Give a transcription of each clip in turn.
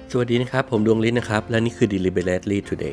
สวัสดีนะครับผมดวงฤทธิ์นะครับและนี่คือ Deliberately Today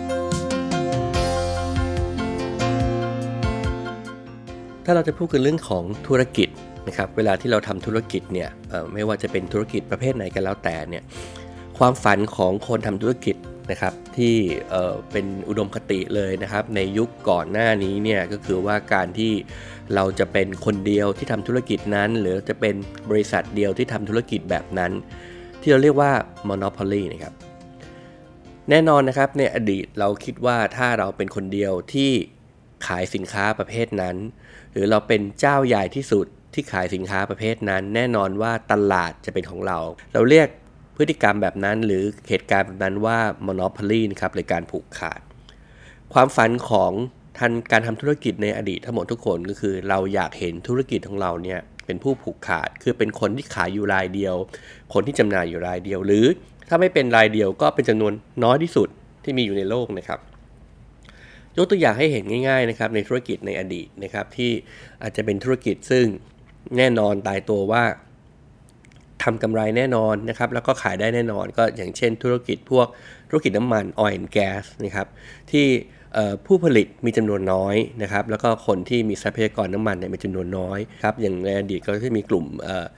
ถ้าเราจะพูดกันเรื่องของธุรกิจนะครับเวลาที่เราทำธุรกิจเนี่ยไม่ว่าจะเป็นธุรกิจประเภทไหนกันแล้วแต่เนี่ยความฝันของคนทำธุรกิจนะครับที่เป็นอุดมคติเลยนะครับในยุคก่อนหน้านี้เนี่ยก็คือว่าการที่เราจะเป็นคนเดียวที่ทำธุรกิจนั้นหรือจะเป็นบริษัทเดียวที่ทำธุรกิจแบบนั้นที่เราเรียกว่า monopoly นะครับแน่นอนนะครับในอดีตเราคิดว่าถ้าเราเป็นคนเดียวที่ขายสินค้าประเภทนั้นหรือเราเป็นเจ้าใหญ่ที่สุดที่ขายสินค้าประเภทนั้นแน่นอนว่าตลาดจะเป็นของเราเรียกพฤติกรรมแบบนั้นหรือเหตุการณ์แบบนั้นว่า monopoly นะครับหรือการผูกขาดความฝันของการทำธุรกิจในอดีตทั้งหมดทุกคนก็คือเราอยากเห็นธุรกิจของเราเนี่ยเป็นผู้ผูกขาดคือเป็นคนที่ขายอยู่รายเดียวคนที่จำหน่ายอยู่รายเดียวหรือถ้าไม่เป็นรายเดียวก็เป็นจำนวนน้อยที่สุดที่มีอยู่ในโลกนะครับยกตัวอย่างให้เห็นง่ายๆนะครับในธุรกิจในอดีตนะครับที่อาจจะเป็นธุรกิจซึ่งแน่นอนตายตัวว่าทำกำไรแน่นอนนะครับแล้วก็ขายได้แน่นอนก็อย่างเช่นธุรกิจพวกธุรกิจน้ำมัน Oil and Gas นะครับที่ผู้ผลิตมีจำนวนน้อยนะครับแล้วก็คนที่มีทรัพยากรน้ำมันเนี่ยมีจำนวนน้อยครับอย่างในอดีตก็จะมีกลุ่ม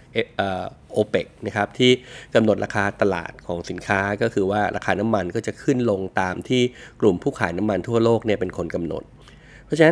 OPEC นะครับที่กำหนดราคาตลาดของสินค้าก็คือว่าราคาน้ำมันก็จะขึ้นลงตามที่กลุ่มผู้ขายน้ำมันทั่วโลกเนี่ยเป็นคนกำหนดเพราะฉะนั้น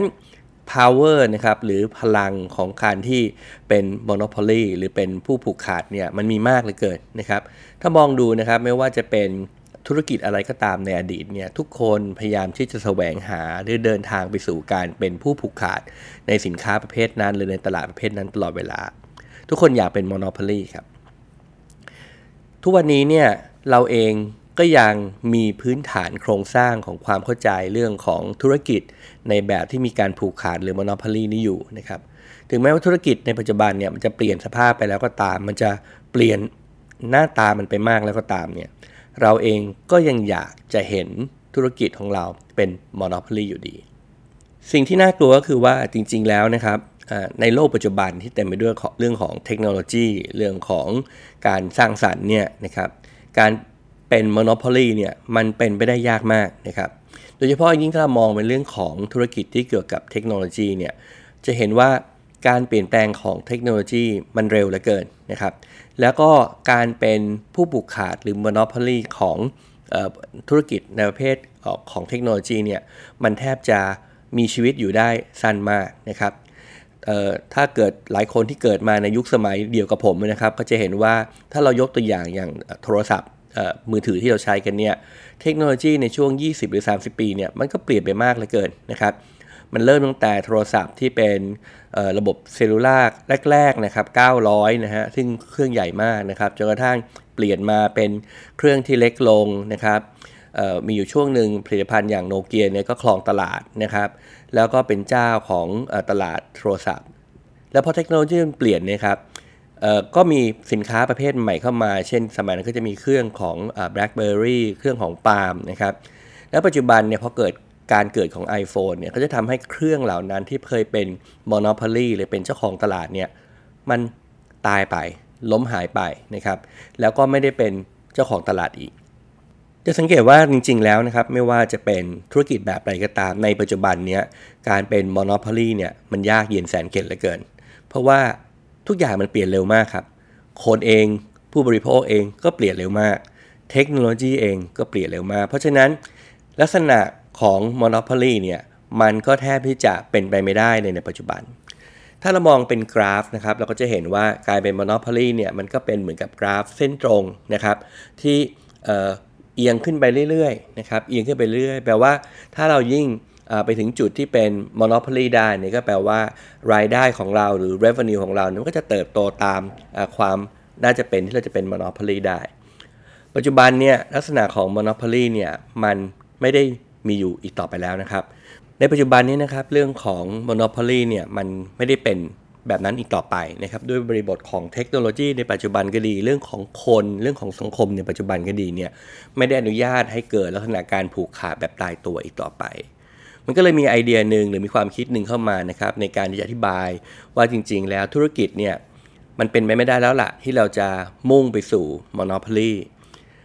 power นะครับหรือพลังของการที่เป็น monopoly หรือเป็นผู้ผูกขาดเนี่ยมันมีมากเหลือเกินนะครับถ้ามองดูนะครับไม่ว่าจะเป็นธุรกิจอะไรก็ตามในอดีตเนี่ยทุกคนพยายามที่จะแสวงหาหรือเดินทางไปสู่การเป็นผู้ผูกขาดในสินค้าประเภทนั้นหรือในตลาดประเภทนั้นตลอดเวลาทุกคนอยากเป็น monopoly ครับทุกวันนี้เนี่ยเราเองก็ยังมีพื้นฐานโครงสร้างของความเข้าใจเรื่องของธุรกิจในแบบที่มีการผูกขาดหรือ monopoly นี้อยู่นะครับถึงแม้ว่าธุรกิจในปัจจุบันเนี่ยมันจะเปลี่ยนสภาพไปแล้วก็ตามมันจะเปลี่ยนหน้าตามันไปมากแล้วก็ตามเนี่ยเราเองก็ยังอยากจะเห็นธุรกิจของเราเป็น monopoly อยู่ดีสิ่งที่น่ากลัวก็คือว่าจริงๆแล้วนะครับในโลกปัจจุบันที่เต็มไปด้วยเรื่องของเทคโนโลยีเรื่องของการสร้างสรรค์เนี่ยนะครับการเป็น monopoly เนี่ยมันเป็นไปได้ยากมากนะครับโดยเฉพาะยิ่งถ้าเรามองเป็นเรื่องของธุรกิจที่เกี่ยวกับเทคโนโลยีเนี่ยจะเห็นว่าการเปลี่ยนแปลงของเทคโนโลยีมันเร็วเหลือเกินนะครับแล้วก็การเป็นผู้ผูกขาดหรือ monopoly ของธุรกิจในประเภทของเทคโนโลยีเนี่ยมันแทบจะมีชีวิตอยู่ได้สั้นมากนะครับถ้าเกิดหลายคนที่เกิดมาในยุคสมัยเดียวกับผมนะครับก็จะเห็นว่าถ้าเรายกตัวอย่างโทรศัพท์มือถือที่เราใช้กันเนี่ยเทคโนโลยีในช่วง20หรือ30ปีเนี่ยมันก็เปลี่ยนไปมากเหลือเกินนะครับมันเริ่มตั้งแต่โทรศัพท์ที่เป็นระบบเซลลูล่าแรกๆนะครับ900นะฮะซึ่งเครื่องใหญ่มากนะครับจนกระทั่งเปลี่ยนมาเป็นเครื่องที่เล็กลงนะครับมีอยู่ช่วงหนึ่งผลิตภัณฑ์อย่างโนเกียเนี่ยก็ครองตลาดนะครับแล้วก็เป็นเจ้าของตลาดโทรศัพท์แล้วพอเทคโนโลยีมันเปลี่ยนนะครับก็มีสินค้าประเภทใหม่เข้ามาเช่นสมัยนั้นก็จะมีเครื่องของBlackBerry เครื่องของ Palm นะครับแล้วปัจจุบันเนี่ยพอเกิดการเกิดของ iPhone เนี่ยเขาจะทำให้เครื่องเหล่านั้นที่เคยเป็น monopoly หรือเป็นเจ้าของตลาดเนี่ยมันตายไปล้มหายไปนะครับแล้วก็ไม่ได้เป็นเจ้าของตลาดอีกจะสังเกตว่าจริงๆแล้วนะครับไม่ว่าจะเป็นธุรกิจแบบใดก็ตามในปัจจุบันเนี้ยการเป็น monopoly เนี่ยมันยากเย็นแสนเข็ญเหลือเกินเพราะว่าทุกอย่างมันเปลี่ยนเร็วมากครับคนเองผู้บริโภคเองก็เปลี่ยนเร็วมากเทคโนโลยีเองก็เปลี่ยนเร็วมากเพราะฉะนั้นลักษณะของ monopoly เนี่ยมันก็แทบที่จะเป็นไปไม่ได้ในปัจจุบันถ้าเรามองเป็นกราฟนะครับเราก็จะเห็นว่าการเป็น monopoly เนี่ยมันก็เป็นเหมือนกับกราฟเส้นตรงนะครับที่เอียงขึ้นไปเรื่อยๆนะครับเอียงขึ้นไปเรื่อยแปลว่าถ้าเรายิ่งไปถึงจุดที่เป็น monopoly ได้เนี่ยก็แปลว่ารายได้ของเราหรือ revenue ของเราเนี่ยก็จะเติบโตตามความน่าจะเป็นที่เราจะเป็น monopoly ได้ปัจจุบันเนี่ยลักษณะของ monopoly เนี่ยมันไม่ได้มีอยู่อีกต่อไปแล้วนะครับในปัจจุบันนี้นะครับเรื่องของ monopoly เนี่ยมันไม่ได้เป็นแบบนั้นอีกต่อไปนะครับด้วยบริบทของเทคโนโลยีในปัจจุบันก็ดีเรื่องของคนเรื่องของสังคมในปัจจุบันก็ดีเนี่ยไม่ได้อนุญาตให้เกิดลักษณะการผูกขาดแบบตายตัวอีกต่อไปมันก็เลยมีไอเดียนึงหรือมีความคิดนึงเข้ามานะครับในการที่จะอธิบายว่าจริงๆแล้วธุรกิจเนี่ยมันเป็นไปไม่ได้แล้วล่ะที่เราจะมุ่งไปสู่ monopoly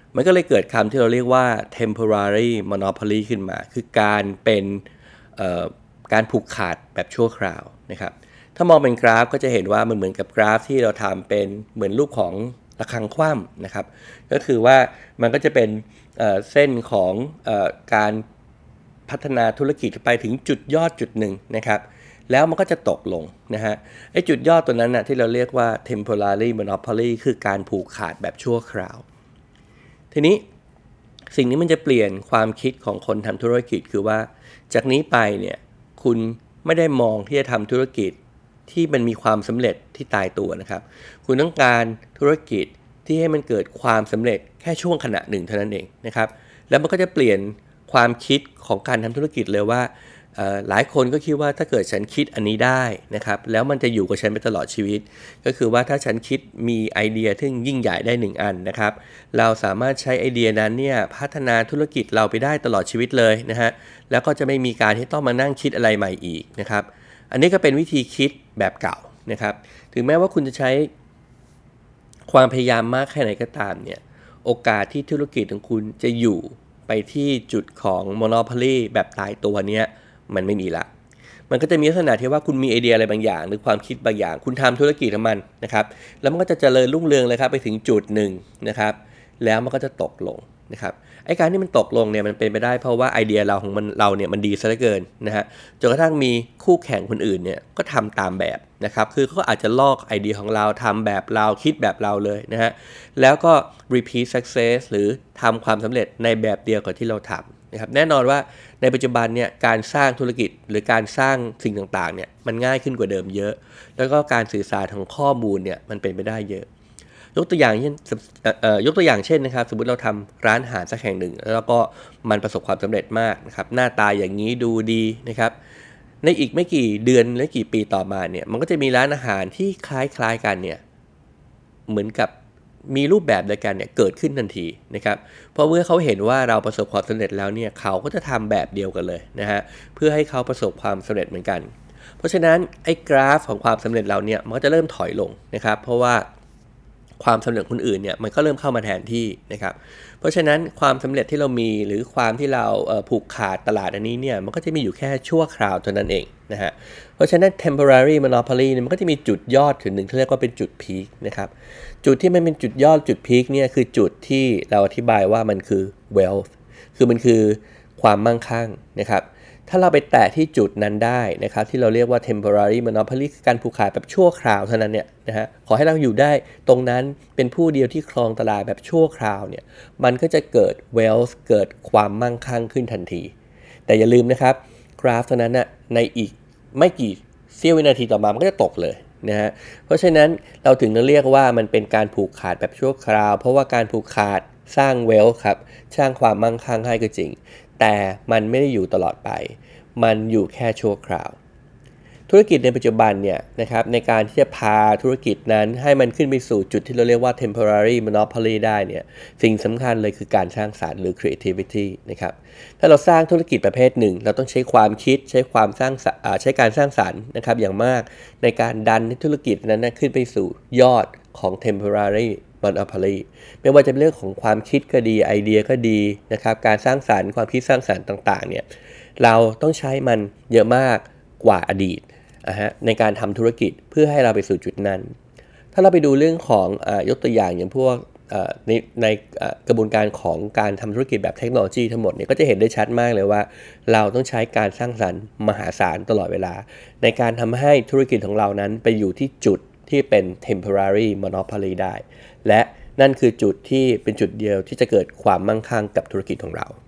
มันก็เลยเกิดคำที่เราเรียกว่า temporary monopoly ขึ้นมาคือการเป็นการผูกขาดแบบชั่วคราวนะครับถ้ามองเป็นกราฟก็จะเห็นว่ามันเหมือนกับกราฟที่เราทำเป็นเหมือนรูปของระฆังคว่ำนะครับก็คือว่ามันก็จะเป็นเส้นของการพัฒนาธุรกิจไปถึงจุดยอดจุดหนึ่งนะครับแล้วมันก็จะตกลงนะฮะไอ้จุดยอดตัวนั้นนะที่เราเรียกว่า temporary monopoly คือการผูกขาดแบบชั่วคราวทีนี้สิ่งนี้มันจะเปลี่ยนความคิดของคนทำธุรกิจคือว่าจากนี้ไปเนี่ยคุณไม่ได้มองที่จะทำธุรกิจที่มันมีความสำเร็จที่ตายตัวนะครับคุณต้องการธุรกิจที่ให้มันเกิดความสำเร็จแค่ช่วงขณะหนึ่งเท่านั้นเองนะครับแล้วมันก็จะเปลี่ยนความคิดของการทำธุรกิจเลยว่าหลายคนก็คิดว่าถ้าเกิดฉันคิดอันนี้ได้นะครับแล้วมันจะอยู่กับฉันไปตลอดชีวิตก็คือว่าถ้าฉันคิดมีไอเดียที่ยิ่งใหญ่ได้1อันนะครับเราสามารถใช้ไอเดียนั้นเนี่ยพัฒนาธุรกิจเราไปได้ตลอดชีวิตเลยนะฮะแล้วก็จะไม่มีการที่ต้องมานั่งคิดอะไรใหม่อีกนะครับอันนี้ก็เป็นวิธีคิดแบบเก่านะครับถึงแม้ว่าคุณจะใช้ความพยายามมากแค่ไหนก็ตามเนี่ยโอกาสที่ธุรกิจของคุณจะอยู่ไปที่จุดของ monopoly แบบตายตัวเนี้ยมันไม่มีละมันก็จะมีลักษณะที่ว่าคุณมีไอเดียอะไรบางอย่างหรือความคิดบางอย่างคุณทำธุรกิจของมันนะครับแล้วมันก็จะเจริญรุ่งเรืองเลยครับไปถึงจุดหนึ่งนะครับแล้วมันก็จะตกลงนะครับไอ้การที่มันตกลงเนี่ยมันเป็นไปได้เพราะว่าไอเดียเราเนี่ยมันดีซะเหลือเกินนะฮะจนกระทั่งมีคู่แข่งคนอื่นเนี่ยก็ทำตามแบบนะครับคือเขาอาจจะลอกไอเดียของเราทำแบบเราคิดแบบเราเลยนะฮะแล้วก็ repeat success หรือทำความสำเร็จในแบบเดียวกับที่เราทำนะครับแน่นอนว่าในปัจจุบันเนี่ยการสร้างธุรกิจหรือการสร้างสิ่งต่างๆเนี่ยมันง่ายขึ้นกว่าเดิมเยอะแล้วก็การสื่อสารของข้อมูลเนี่ยมันเป็นไปได้เยอะยกตัวอย่างเช่นนะครับสมมุติเราทำร้านอาหารสักแห่งหนึ่งแล้วก็มันประสบความสำเร็จมากนะครับหน้าตาอย่างนี้ดูดีนะครับในอีกไม่กี่เดือนและกี่ปีต่อมาเนี่ยมันก็จะมีร้านอาหารที่คล้ายๆกันเนี่ยเหมือนกับมีรูปแบบเดียวกันเนี่ยเกิดขึ้นทันทีนะครับเพราะเมื่อเขาเห็นว่าเราประสบความสำเร็จแล้วเนี่ยเขาก็จะทำแบบเดียวกันเลยนะฮะเพื่อให้เขาประสบความสำเร็จเหมือนกันเพราะฉะนั้นไอ้กราฟของความสำเร็จเราเนี่ยมันก็จะเริ่มถอยลงนะครับเพราะว่าความสำเร็จคนอื่นเนี่ยมันก็เริ่มเข้ามาแทนที่นะครับเพราะฉะนั้นความสำเร็จที่เรามีหรือความที่เราผูกขาดตลาดอันนี้เนี่ยมันก็จะมีอยู่แค่ชั่วคราวเท่านั้นเองนะฮะเพราะฉะนั้น temporary monopoly เนี่ยมันก็จะมีจุดยอดถึงหนึ่งที่เรียกว่าเป็นจุดพีคนะครับจุดที่มันเป็นจุดยอดจุดพีคเนี่ยคือจุดที่เราอธิบายว่ามันคือ wealth คือมันคือความมั่งคั่งนะครับถ้าเราไปแตะที่จุดนั้นได้นะครับที่เราเรียกว่า temporary monopoly คือการผูกขาดแบบชั่วคราวเท่านั้นเนี่ยนะฮะขอให้เราอยู่ได้ตรงนั้นเป็นผู้เดียวที่ครองตลาดแบบชั่วคราวเนี่ยมันก็จะเกิด wealth เกิดความมั่งคั่งขึ้นทันทีแต่อย่าลืมนะครับกราฟตัวนั้นนะในอีกไม่กี่เสี้ยววินาทีต่อมามันก็จะตกเลยนะฮะเพราะฉะนั้นเราถึงต้องเรียกว่ามันเป็นการผูกขาดแบบชั่วคราวเพราะว่าการผูกขาดสร้าง wealth ครับสร้างความมั่งคั่งให้ก็จริงแต่มันไม่ได้อยู่ตลอดไปมันอยู่แค่ชั่วคราวธุรกิจในปัจจุบันเนี่ยนะครับในการที่จะพาธุรกิจนั้นให้มันขึ้นไปสู่จุดที่เราเรียกว่า temporary monopoly ได้เนี่ยสิ่งสำคัญเลยคือการสร้างสรรค์หรือ creativity นะครับถ้าเราสร้างธุรกิจประเภทหนึ่งเราต้องใช้ความคิดใช้การสร้างสรรค์นะครับอย่างมากในการดันให้ธุรกิจนั้นขึ้นไปสู่ยอดของ temporary monopoly ไม่ว่าจะเป็นเรื่องของความคิดก็ดีไอเดียก็ดีนะครับการสร้างสรรค์ความคิดสร้างสรรค์ต่างๆเนี่ยเราต้องใช้มันเยอะมากกว่าอดีตในการทำธุรกิจเพื่อให้เราไปสู่จุดนั้นถ้าเราไปดูเรื่องของยกตัวอย่างอย่างพวกในกระบวนการของการทำธุรกิจแบบเทคโนโลยีทั้งหมดเนี่ยก็จะเห็นได้ชัดมากเลยว่าเราต้องใช้การสร้างสรรค์มหาศาลตลอดเวลาในการทำให้ธุรกิจของเรานั้นไปอยู่ที่จุดที่เป็น temporary monopoly ได้และนั่นคือจุดที่เป็นจุดเดียวที่จะเกิดความมั่งคั่งกับธุรกิจของเรา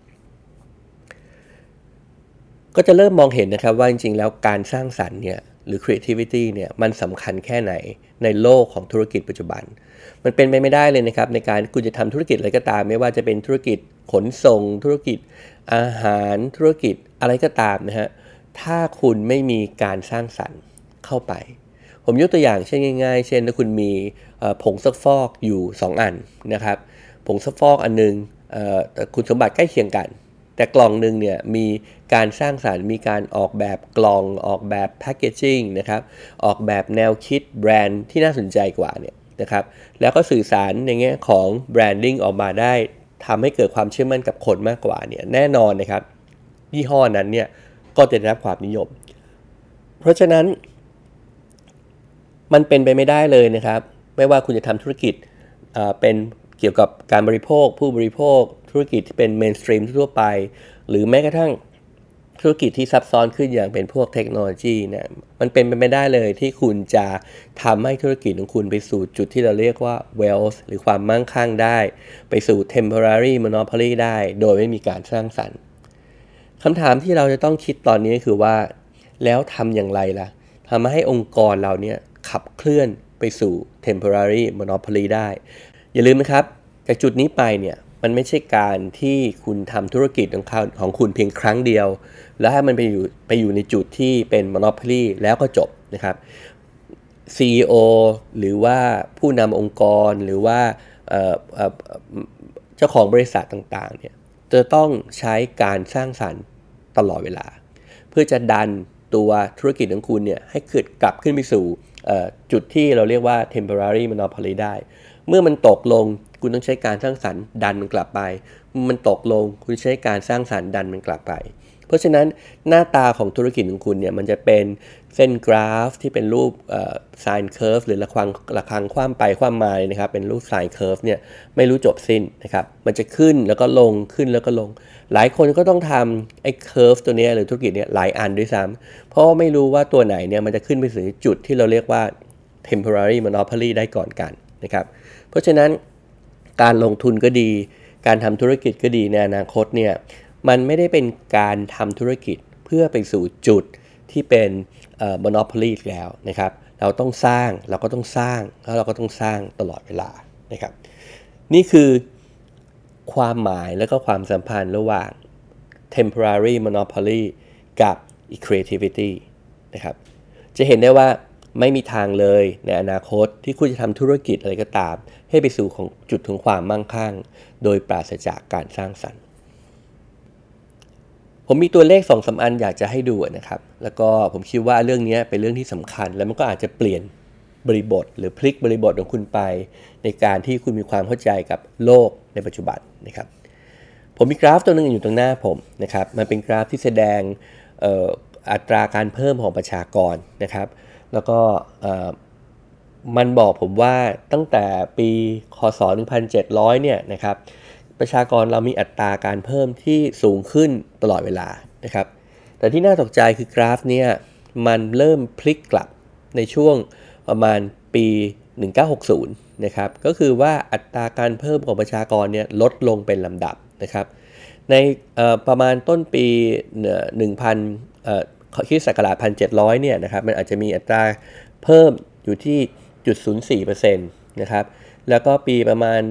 ก็จะเริ่มมองเห็นนะครับว่าจริงๆแล้วการสร้างสรรค์เนี่ยหรือ creativity เนี่ยมันสำคัญแค่ไหนในโลกของธุรกิจปัจจุบันมันเป็นไปไม่ได้เลยนะครับในการคุณจะทำธุรกิจอะไรก็ตามไม่ว่าจะเป็นธุรกิจขนส่งธุรกิจอาหารธุรกิจอะไรก็ตามนะฮะถ้าคุณไม่มีการสร้างสรรค์เข้าไปผมยกตัวอย่างเช่นง่ายๆเช่นถ้าคุณมีผงซักฟอกอยู่2อันนะครับผงซักฟอกอันนึงคุณสมบัติใกล้เคียงกันแต่กล่องนึงเนี่ยมีการสร้างสรรค์มีการออกแบบกล่องออกแบบแพคเกจจิ้งนะครับออกแบบแนวคิดแบรนด์ที่น่าสนใจกว่าเนี่ยนะครับแล้วก็สื่อสารในแง่ของแบรนดิ้งออกมาได้ทำให้เกิดความเชื่อมั่นกับคนมากกว่าเนี่ยแน่นอนนะครับยี่ห้อนั้นเนี่ยก็จะได้รับความนิยมเพราะฉะนั้นมันเป็นไปไม่ได้เลยนะครับไม่ว่าคุณจะทำธุรกิจเป็นเกี่ยวกับการบริโภคผู้บริโภคธุรกิจที่เป็นเมนสตรีมทั่วไปหรือแม้กระทั่งธุรกิจที่ซับซ้อนขึ้นอย่างเป็นพวกเทคโนโลยีเนี่ยมันเป็นไปไม่ได้เลยที่คุณจะทำให้ธุรกิจของคุณไปสู่จุดที่เราเรียกว่า wealth หรือความมั่งคั่งได้ไปสู่ temporary monopoly ได้โดยไม่มีการสร้างสรรค์คำถามที่เราจะต้องคิดตอนนี้คือว่าแล้วทำอย่างไรล่ะทำให้องค์กรเราเนี่ยขับเคลื่อนไปสู่ temporary monopoly ได้อย่าลืมนะครับจากจุดนี้ไปเนี่ยมันไม่ใช่การที่คุณทำธุรกิจของคุณเพียงครั้งเดียวแล้วให้มันไปอยู่ในจุดที่เป็น monopoly แล้วก็จบนะครับ CEO หรือว่าผู้นำองค์กรหรือว่าเจ้าของบริษัทต่างๆเนี่ยจะต้องใช้การสร้างสรรค์ตลอดเวลาเพื่อจะดันตัวธุรกิจของคุณเนี่ยให้เกิดกลับขึ้นไปสู่จุดที่เราเรียกว่า temporary monopoly ได้เมื่อมันตกลงคุณต้องใช้การสร้างสรรค์ดันมันกลับไปมันตกลงคุณใช้การสร้างสรรค์ดันมันกลับไปเพราะฉะนั้นหน้าตาของธุรกิจของคุณเนี่ยมันจะเป็นเส้นกราฟที่เป็นรูปsine curve หรือระฆังคว่ำไปคว่ำมานะครับเป็นรูป sine curve เนี่ยไม่รู้จบสิ้นนะครับมันจะขึ้นแล้วก็ลงขึ้นแล้วก็ลงหลายคนก็ต้องทำไอ้ curve ตัวนี้หรือธุรกิจเนี่ยหลายอันด้วยซ้ำเพราะไม่รู้ว่าตัวไหนเนี่ยมันจะขึ้นไปถึงจุดที่เราเรียกว่า temporary monopoly ได้ก่อนกันนะครับเพราะฉะนั้นการลงทุนก็ดีการทำธุรกิจก็ดีในอนาคตเนี่ยมันไม่ได้เป็นการทำธุรกิจเพื่อไปสู่จุดที่เป็นmonopoly แล้วนะครับเราต้องสร้างเราก็ต้องสร้างแล้วเราก็ต้องสร้างตลอดเวลานะครับนี่คือความหมายและก็ความสัมพันธ์ระหว่าง temporary monopoly กับ creativity นะครับจะเห็นได้ว่าไม่มีทางเลยในอนาคตที่คุณจะทำธุรกิจอะไรก็ตามให้ไปสู่ของจุดของความมั่งคั่งโดยปราศจากการสร้างสรรค์ผมมีตัวเลข 2-3 อันอยากจะให้ดูนะครับแล้วก็ผมคิดว่าเรื่องนี้เป็นเรื่องที่สำคัญแล้วมันก็อาจจะเปลี่ยนบริบทหรือพลิกบริบทของคุณไปในการที่คุณมีความเข้าใจกับโลกในปัจจุบันนะครับผมมีกราฟตัวนึงอยู่ตรงหน้าผมนะครับมันเป็นกราฟที่แสดงอัตราการเพิ่มของประชากรนะครับแล้วก็มันบอกผมว่าตั้งแต่ปีคศ1700เนี่ยนะครับประชากรเรามีอัตราการเพิ่มที่สูงขึ้นตลอดเวลานะครับแต่ที่น่าตกใจคือกราฟเนี่ยมันเริ่มพลิกกลับในช่วงประมาณปี1960นะครับก็คือว่าอัตราการเพิ่มของประชากรเนี่ยลดลงเป็นลำดับนะครับในประมาณต้นปีคริสต์ศักราช1700เนี่ยนะครับมันอาจจะมีอัตราเพิ่มอยู่ที่ 0.04% นะครับแล้วก็ปีประมาณ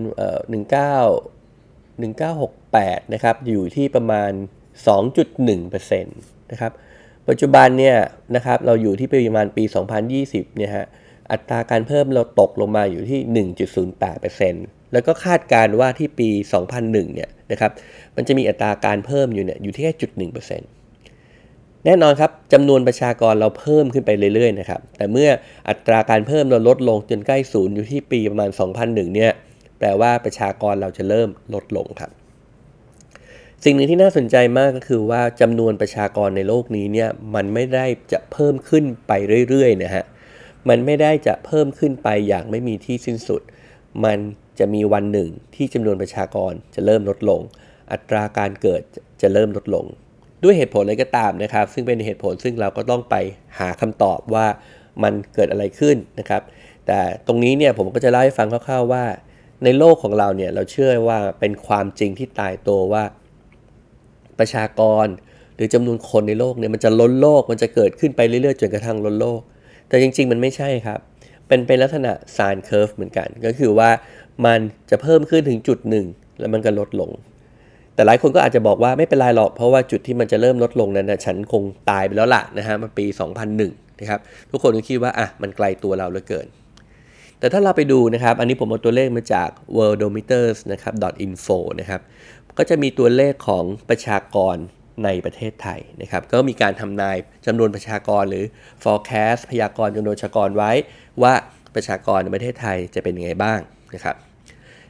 1968นะครับอยู่ที่ประมาณ 2.1% นะครับปัจจุบันเนี่ยนะครับเราอยู่ที่ประมาณปี2020เนี่ยฮะอัตราการเพิ่มเราตกลงมาอยู่ที่ 1.08% แล้วก็คาดการณ์ว่าที่ปี2001เนี่ยนะครับมันจะมีอัตราการเพิ่มอยู่ที่แค่ 0.1%แน่นอนครับจำนวนประชากรเราเพิ่มขึ้นไปเรื่อยๆนะครับแต่เมื่ออัตราการเพิ่มเราลดลงจนใกล้ศูนย์อยู่ที่ปีประมาณ2001เนี่ยแปลว่าประชากรเราจะเริ่มลดลงครับสิ่งหนึ่งที่น่าสนใจมากก็คือว่าจำนวนประชากรในโลกนี้เนี่ยมันไม่ได้จะเพิ่มขึ้นไปเรื่อยๆนะฮะมันไม่ได้จะเพิ่มขึ้นไปอย่างไม่มีที่สิ้นสุดมันจะมีวันหนึ่งที่จำนวนประชากรจะเริ่มลดลงอัตราการเกิดจะเริ่มลดลงด้วยเหตุผลอะไรก็ตามนะครับซึ่งเป็นเหตุผลซึ่งเราก็ต้องไปหาคำตอบว่ามันเกิดอะไรขึ้นนะครับแต่ตรงนี้เนี่ยผมก็จะเล่าให้ฟังคร่าวๆว่าในโลกของเราเนี่ยเราเชื่อว่าเป็นความจริงที่ตายตัวว่าประชากรหรือจำนวนคนในโลกเนี่ยมันจะล้นโลกมันจะเกิดขึ้นไปเรื่อยๆจนกระทั่งล้นโลกแต่จริงๆมันไม่ใช่ครับเป็นลักษณะ sine curve เหมือนกันก็คือว่ามันจะเพิ่มขึ้นถึงจุดหนึ่งแล้วมันก็ลดลงแต่หลายคนก็อาจจะบอกว่าไม่เป็นไรหรอกเพราะว่าจุดที่มันจะเริ่มลดลงนั้นนะฉันคงตายไปแล้วล่ะนะฮะมาปี2001นะครับทุกคนก็คิดว่ามันไกลตัวเราเหลือเกินแต่ถ้าเราไปดูนะครับอันนี้ผมเอาตัวเลขมาจาก worldometers นะครับ .info นะครับก็จะมีตัวเลขของประชากรในประเทศไทยนะครับก็มีการทำนายจำนวนประชากรหรือ forecast พยากรณ์จำนวนประชากรไว้ว่าประชากรในประเทศไทยจะเป็นยังไงบ้างนะครับ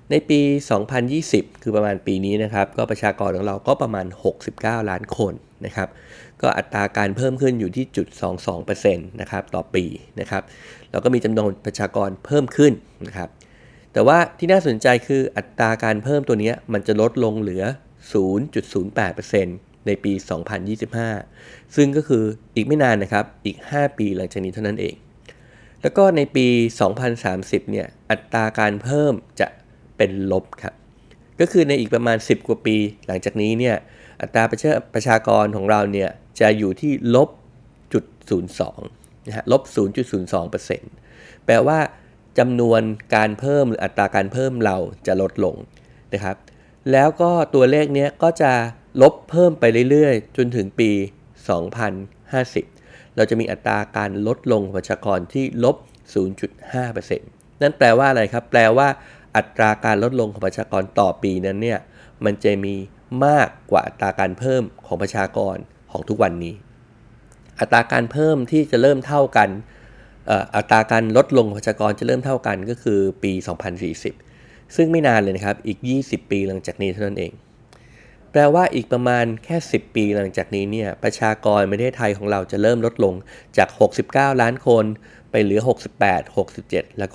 ในปี 2020 คือประมาณปีนี้นะครับก็ประชากรของเราก็ประมาณ69ล้านคนนะครับก็อัตราการเพิ่มขึ้นอยู่ที่ 0.22% นะครับต่อปีนะครับแล้วก็มีจำนวนประชากรเพิ่มขึ้นนะครับแต่ว่าที่น่าสนใจคืออัตราการเพิ่มตัวนี้มันจะลดลงเหลือ 0.08% ในปี 2025 ซึ่งก็คืออีกไม่นานนะครับอีก5ปีหลังจากนี้เท่านั้นเองแล้วก็ในปี 2030 เนี่ยอัตราการเพิ่มจะเป็นลบครับก็คือในอีกประมาณ10กว่าปีหลังจากนี้เนี่ยอัตราประชากรของเราเนี่ยจะอยู่ที่ลบ 0.02 นะฮะลบ 0.02% แปลว่าจำนวนการเพิ่มหรืออัตราการเพิ่มเราจะลดลงนะครับแล้วก็ตัวเลขนี้ก็จะลบเพิ่มไปเรื่อยๆจนถึงปี 2050 เราจะมีอัตราการลดลงของประชากรที่ลบ 0.5% นั่นแปลว่าอะไรครับแปลว่าอัตราการลดลงของประชากรต่อปีนั้นเนี่ยมันจะมีมากกว่าอัตราการเพิ่มของประชากรของทุกวันนี้อัตราการเพิ่มที่จะเริ่มเท่ากันอัตราการลดลงของประชากรจะเริ่มเท่ากันก็คือปี 2040 ซึ่งไม่นานเลยนะครับอีก20ปีหลังจากนี้เท่านั้นเองแปลว่าอีกประมาณแค่10ปีหลังจากนี้เนี่ยประชากรประเทศไทยของเราจะเริ่มลดลงจาก69ล้านคนไปเหลือ68 67แล้วก็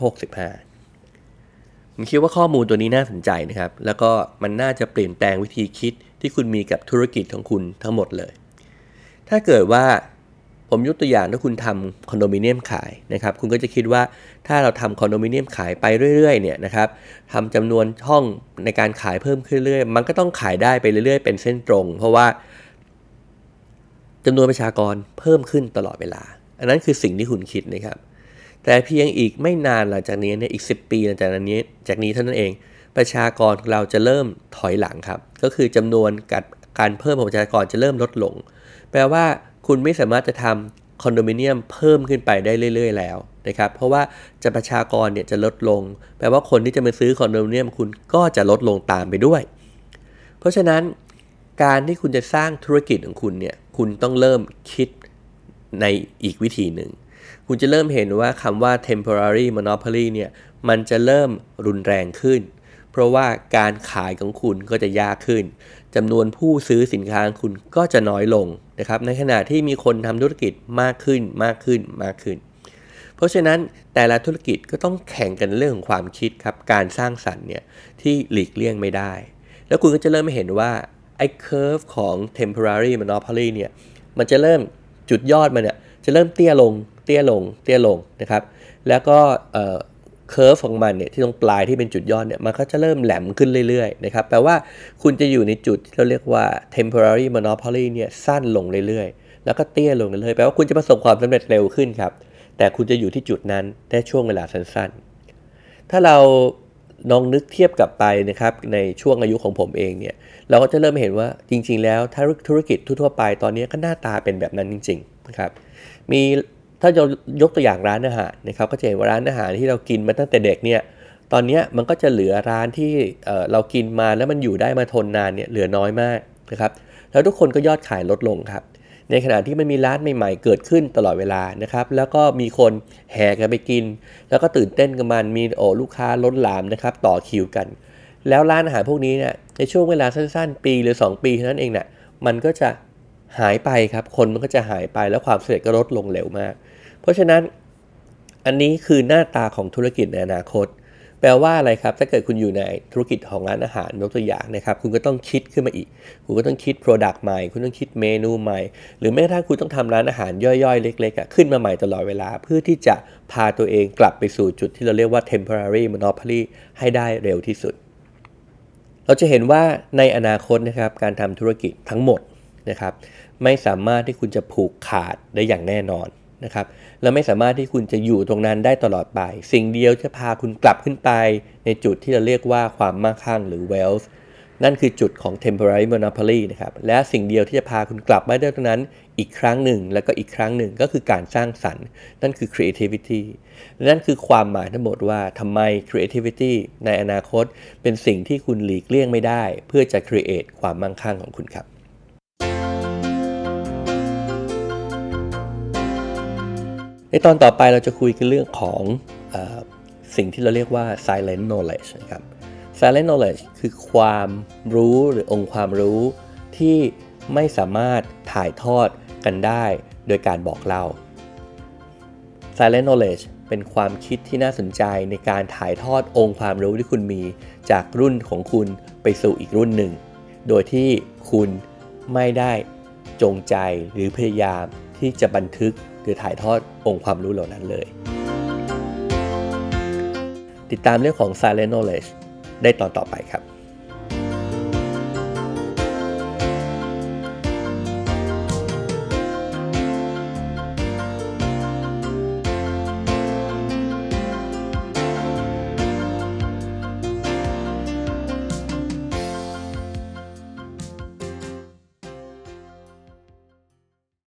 65ผมคิดว่าข้อมูลตัวนี้น่าสนใจนะครับแล้วก็มันน่าจะเปลี่ยนแปลงวิธีคิดที่คุณมีกับธุรกิจของคุณทั้งหมดเลยถ้าเกิดว่าผมยกตัวอย่างถ้าคุณทำคอนโดมิเนียมขายนะครับคุณก็จะคิดว่าถ้าเราทำคอนโดมิเนียมขายไปเรื่อยๆเนี่ยนะครับทำจำนวนห้องในการขายเพิ่มขึ้นเรื่อยมันก็ต้องขายได้ไปเรื่อยๆเป็นเส้นตรงเพราะว่าจำนวนประชากรเพิ่มขึ้นตลอดเวลาอันนั้นคือสิ่งที่คุณคิดนะครับแต่เพียงอีกไม่นานหลังจากนี้เนี่ยอีก10ปีหลังจากนี้เท่านั้นเองประชากรของเราจะเริ่มถอยหลังครับก็คือจำนวนการเพิ่มของประชากรจะเริ่มลดลงแปลว่าคุณไม่สามารถจะทำคอนโดมิเนียมเพิ่มขึ้นไปได้เรื่อยๆแล้วนะครับเพราะว่าประชากรเนี่ยจะลดลงแปลว่าคนที่จะมาซื้อคอนโดมิเนียมคุณก็จะลดลงตามไปด้วยเพราะฉะนั้นการที่คุณจะสร้างธุรกิจของคุณเนี่ยคุณต้องเริ่มคิดในอีกวิธีหนึ่งคุณจะเริ่มเห็นว่าคำว่า temporary monopoly เนี่ยมันจะเริ่มรุนแรงขึ้นเพราะว่าการขายของคุณก็จะยากขึ้นจำนวนผู้ซื้อสินค้าของคุณก็จะน้อยลงนะครับในขณะที่มีคนทำธุรกิจมากขึ้นเพราะฉะนั้นแต่ละธุรกิจก็ต้องแข่งกันเรื่องของความคิดครับการสร้างสรรค์เนี่ยที่หลีกเลี่ยงไม่ได้แล้วคุณก็จะเริ่มเห็นว่าไอ้ curve ของ temporary monopoly เนี่ยมันจะเริ่มจุดยอดมันเนี่ยจะเริ่มเตี้ยลงนะครับแล้วก็เคอร์ฟของมันเนี่ยที่ตรงปลายที่เป็นจุดยอดเนี่ยมันก็จะเริ่มแหลมขึ้นเรื่อยๆนะครับแปลว่าคุณจะอยู่ในจุดที่เราเรียกว่า temporary monopoly เนี่ยสั้นลงเรื่อยๆแล้วก็เตี้ยลงเรื่อยๆแปลว่าคุณจะประสบความสำเร็จเร็วขึ้นครับแต่คุณจะอยู่ที่จุดนั้นได้ช่วงเวลาสั้นๆถ้าเราลองนึกเทียบกลับไปนะครับในช่วงอายุของผมเองเนี่ยเราก็จะเริ่มเห็นว่าจริงๆแล้วธุรกิจทั่วไปตอนนี้ก็หน้าตาเป็นแบบนั้นจริงๆนะครับถ้าเรายกตัวอย่างร้านอาหารนะครับก็จะเห็นว่าร้านอาหารที่เรากินมาตั้งแต่เด็กเนี่ยตอนนี้มันก็จะเหลือร้านที่เรากินมาแล้วมันอยู่ได้มาทนนานเนี่ยเหลือน้อยมากนะครับแล้วทุกคนก็ยอดขายลดลงครับในขณะที่มันมีร้านใหม่ๆเกิดขึ้นตลอดเวลานะครับแล้วก็มีคนแห่กันไปกินแล้วก็ตื่นเต้นกับมันมีลูกค้าล้นหลามนะครับต่อคิวกันแล้วร้านอาหารพวกนี้เนี่ยในช่วงเวลาสั้นๆปีหรือ2ปีเท่านั้นเองเนี่ยมันก็จะหายไปครับคนมันก็จะหายไปแล้วความสำเร็จก็ลดลงเร็วมากเพราะฉะนั้นอันนี้คือหน้าตาของธุรกิจในอนาคตแปลว่าอะไรครับถ้าเกิดคุณอยู่ในธุรกิจของร้านอาหารยกตัวอย่างนะครับคุณก็ต้องคิดขึ้นมาอีกคุณก็ต้องคิด Product ใหม่คุณต้องคิดเมนูใหม่หรือแม้กระทั่งคุณต้องทำร้านอาหารย่อยๆเล็กๆขึ้นมาใหม่ตลอดเวลาเพื่อที่จะพาตัวเองกลับไปสู่จุดที่เราเรียกว่า temporary monopoly ให้ได้เร็วที่สุดเราจะเห็นว่าในอนาคตนะครับการทำธุรกิจทั้งหมดนะครับไม่สามารถที่คุณจะผูกขาดได้อย่างแน่นอนนะครับและไม่สามารถที่คุณจะอยู่ตรงนั้นได้ตลอดไปสิ่งเดียวจะพาคุณกลับขึ้นไปในจุดที่เราเรียกว่าความมั่งคั่งหรือ wealth นั่นคือจุดของ temporary monopoly นะครับและสิ่งเดียวที่จะพาคุณกลับมาได้ตรงนั้นอีกครั้งหนึ่งแล้วก็อีกครั้งหนึ่งก็คือการสร้างสรรค์นั่นคือ creativity นั่นคือความหมายทั้งหมดว่าทำไม creativity ในอนาคตเป็นสิ่งที่คุณหลีกเลี่ยงไม่ได้เพื่อจะ create ความมั่งคั่งของคุณครับในตอนต่อไปเราจะคุยกันเรื่องของสิ่งที่เราเรียกว่า silent knowledge นะครับ Silent knowledge คือความรู้หรือองค์ความรู้ที่ไม่สามารถถ่ายทอดกันได้โดยการบอกเล่า Silent knowledge เป็นความคิดที่น่าสนใจในการถ่ายทอดองค์ความรู้ที่คุณมีจากรุ่นของคุณไปสู่อีกรุ่นหนึ่งโดยที่คุณไม่ได้จงใจหรือพยายามที่จะบันทึกหรือถ่ายทอดองค์ความรู้เหล่านั้นเลยติดตามเรื่องของ Silent knowledge ได้ตอนต่อไปครับ